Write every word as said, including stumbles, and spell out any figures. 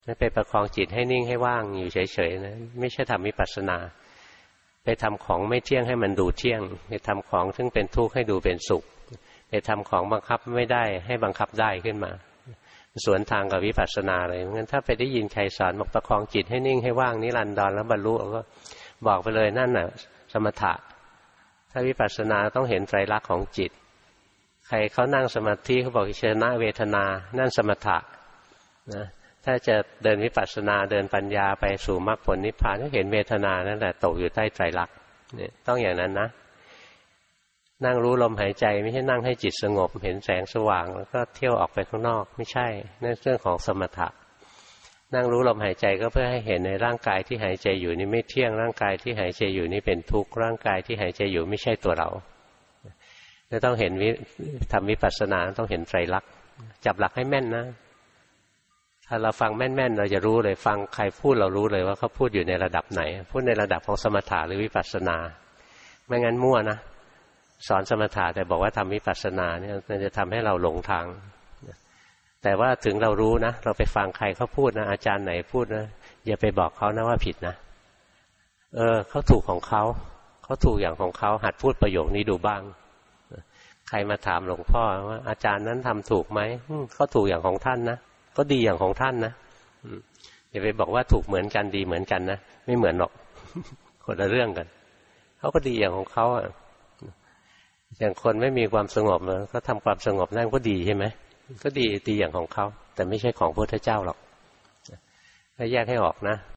ไม่ไปประคองจิตให้นิ่งให้ว่างอยู่เฉยๆนะไม่ใช่ทำวิปัสสนาไปทำของไม่เที่ยงให้มันดูเที่ยงไปทำของซึ่งเป็นทุกข์ให้ดูเป็นสุขไปทำของบังคับไม่ได้ให้บังคับได้ขึ้นมาสวนทางกับวิปัสสนาเลยงั้นถ้าไปได้ยินใครสอนบอกประคองจิตให้นิ่งให้ว่างนิรันดรแล้วบรรลุก็บอกไปเลยนั่นน่ะสมถะถ้าวิปัสสนาต้องเห็นไตรลักษณ์ของจิตใครเขานั่งสมาธิเขาบอกชนะเวทนานั่นสมถะนะถ้าจะเดินวิปัสสนาเดินปัญญาไปสู่มรรคผลนิพพานก็เห็นเวทนานั่นแหละตกอยู่ใต้ไตรลักษณ์เนี่ยต้องอย่างนั้นนะนั่งรู้ลมหายใจไม่ใช่นั่งให้จิตสงบเห็นแสงสว่างแล้วก็เที่ยวออกไปข้างนอกไม่ใช่นั่นเรื่องของสมถะนั่งรู้ลมหายใจก็เพื่อให้เห็นในร่างกายที่หายใจอยู่นี่ไม่เที่ยงร่างกายที่หายใจอยู่นี่เป็นทุกข์ร่างกายที่หายใจอยู่ไม่ใช่ตัวเราจะต้องเห็นวิทำวิปัสสนาต้องเห็นไตรลักษณ์จับหลักให้แม่นนะถ้าเราฟังแม่นๆเราจะรู้เลยฟังใครพูดเรารู้เลยว่าเขาพูดอยู่ในระดับไหนพูดในระดับของสมถะหรือวิปัสสนาไม่งั้นมั่วนะสอนสมถะแต่บอกว่าทำวิปัสสนาเนี่ยมันจะทำให้เราหลงทางแต่ว่าถึงเรารู้นะเราไปฟังใครเขาพูดนะอาจารย์ไหนพูดนะอย่าไปบอกเขานะว่าผิดนะเออเขาถูกของเขาเขาถูกอย่างของเขาหัดพูดประโยคนี้ดูบ้างใครมาถามหลวงพ่อว่าอาจารย์นั้นทำถูกไหมเขาถูกอย่างของท่านนะก็ดีอย่างของท่านนะอย่าไปบอกว่าถูกเหมือนกันดีเหมือนกันนะไม่เหมือนหรอกคนละเรื่องกันเขาก็ดีอย่างของเขาอ่ะอย่างคนไม่มีความสงบเขาทำความสงบนั่นก็ดีใช่ไหมก็ดีดีอย่างของเขาแต่ไม่ใช่ของพระพุทธเจ้าหรอกก็แยกให้ออกนะ